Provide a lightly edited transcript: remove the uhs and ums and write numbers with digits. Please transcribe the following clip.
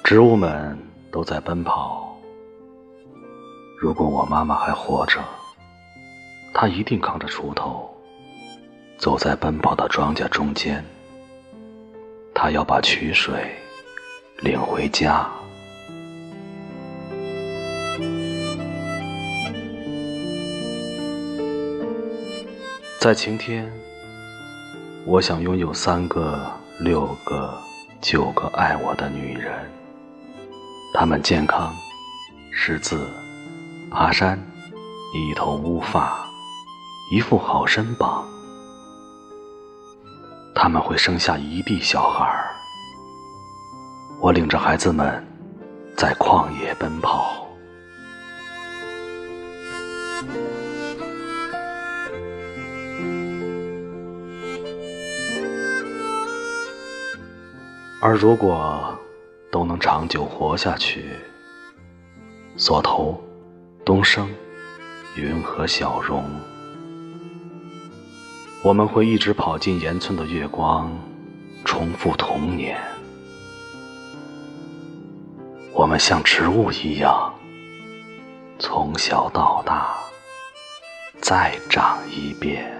植物们都在奔跑。如果我妈妈还活着，她一定扛着锄头，走在奔跑的庄稼中间。她要把曲水领回家。在晴天，我想拥有3个、6个、9个爱我的女人，她们健康，识字，爬山，一头乌发，一副好身膀。她们会生下一地小孩，我领着孩子们在旷野奔跑。而如果都能长久活下去，锁头、东升、云和小荣，我们会一直跑进岩村的月光，重复童年。我们像植物一样，从小到大，再长一遍。